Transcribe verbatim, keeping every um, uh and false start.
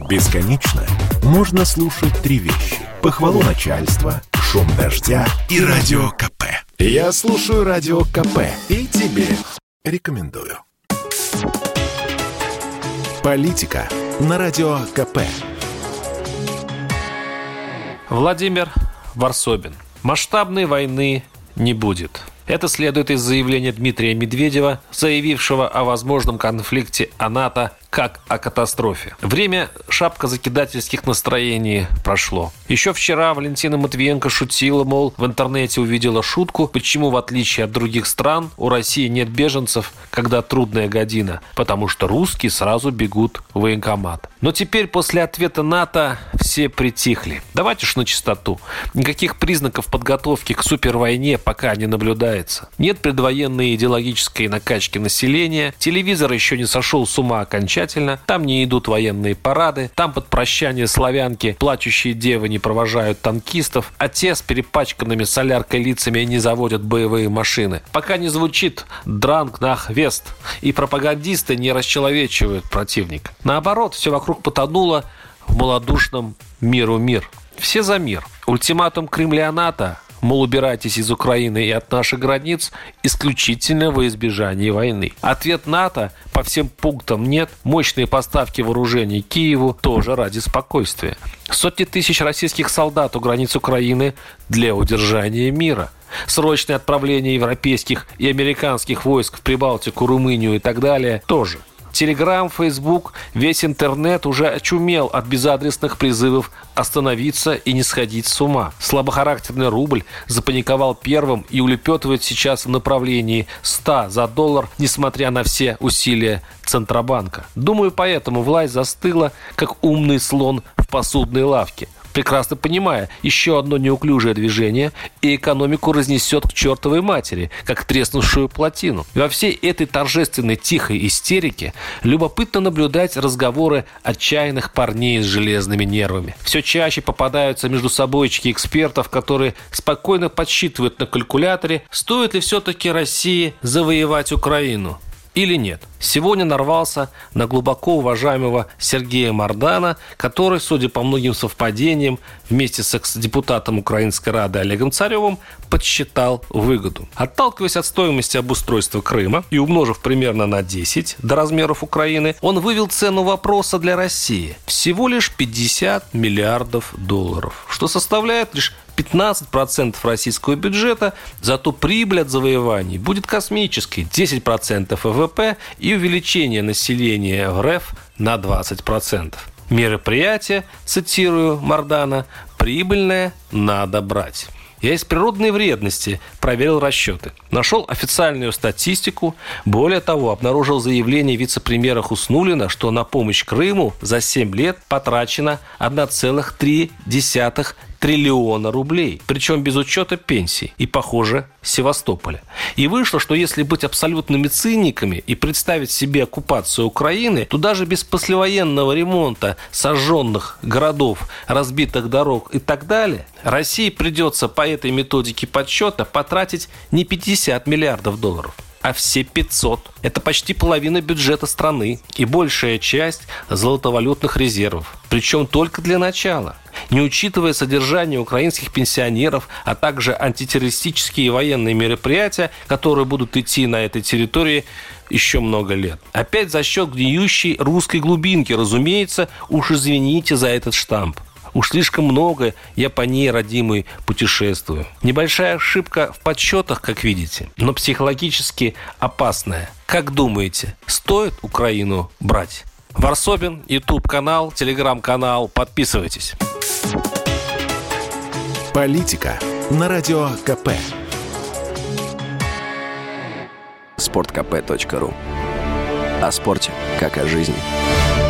Бесконечно можно слушать три вещи: похвалу начальства, шум дождя и радио КП. Я слушаю радио КП и тебе рекомендую. Политика на радио КП. Владимир Варсобин. Масштабной войны не будет. Это следует из заявления Дмитрия Медведева, заявившего о возможном конфликте о НАТО как о катастрофе. Время шапкозакидательских настроений прошло. Еще вчера Валентина Матвиенко шутила, мол, в интернете увидела шутку, почему, в отличие от других стран, у России нет беженцев, когда трудная година, потому что русские сразу бегут в военкомат. Но теперь после ответа НАТО все притихли. Давайте уж на чистоту. Никаких признаков подготовки к супервойне пока не наблюдается. Нет предвоенной идеологической накачки населения, телевизор еще не сошел с ума окончательно, там не идут военные парады, там под прощание славянки плачущие девы не провожают танкистов, а те с перепачканными соляркой лицами не заводят боевые машины. Пока не звучит «Дранг нах вест», и пропагандисты не расчеловечивают противника. Наоборот, все вокруг потонуло в малодушном миру мир. Все за мир. Ультиматум Кремля НАТО, мол, убирайтесь из Украины и от наших границ, исключительно во избежание войны. Ответ НАТО по всем пунктам нет. Мощные поставки вооружений Киеву тоже ради спокойствия. Сотни тысяч российских солдат у границ Украины для удержания мира. Срочное отправление европейских и американских войск в Прибалтику, Румынию и так далее тоже. Телеграм, Фейсбук, весь интернет уже очумел от безадресных призывов остановиться и не сходить с ума. Слабохарактерный рубль запаниковал первым и улепетывает сейчас в направлении ста за доллар, несмотря на все усилия Центробанка. Думаю, поэтому власть застыла, как умный слон в посудной лавке, прекрасно понимая, еще одно неуклюжее движение, и экономику разнесет к чертовой матери, как треснувшую плотину. Во всей этой торжественной тихой истерике любопытно наблюдать разговоры отчаянных парней с железными нервами. Все чаще попадаются между собойчики экспертов, которые спокойно подсчитывают на калькуляторе, стоит ли все-таки России завоевать Украину или нет. Сегодня нарвался на глубоко уважаемого Сергея Мардана, который, судя по многим совпадениям, вместе с экс-депутатом Украинской Рады Олегом Царевым подсчитал выгоду. Отталкиваясь от стоимости обустройства Крыма и умножив примерно на десять до размеров Украины, он вывел цену вопроса для России всего лишь пятьдесят миллиардов долларов, что составляет лишь пятнадцать процентов российского бюджета, зато прибыль от завоеваний будет космической – десять процентов ВВП и увеличение населения в РФ на двадцать процентов. Мероприятие, цитирую Мардана, «прибыльное надо брать». Я из природной вредности проверил расчеты. Нашел официальную статистику. Более того, обнаружил заявление вице-премьера Хуснуллина, что на помощь Крыму за семь лет потрачено один целых три десятых триллиона рублей, причем без учета пенсий и, похоже, Севастополя. И вышло, что если быть абсолютными циниками и представить себе оккупацию Украины, то даже без послевоенного ремонта сожженных городов, разбитых дорог и так далее, России придется по этой методике подсчета потратить не пятьдесят миллиардов долларов, а все пятьсот. Это почти половина бюджета страны и большая часть золотовалютных резервов. Причем только для начала. Не учитывая содержание украинских пенсионеров, а также антитеррористические и военные мероприятия, которые будут идти на этой территории еще много лет. Опять за счет гниющей русской глубинки, разумеется, уж извините за этот штамп. Уж слишком много я по ней, родимой, путешествую. Небольшая ошибка в подсчетах, как видите, но психологически опасная. Как думаете, стоит Украину брать? Варсобин, YouTube-канал, Telegram-канал. Подписывайтесь. Политика на радио КП. спорт кэ пэ точка ру. О спорте, как о жизни.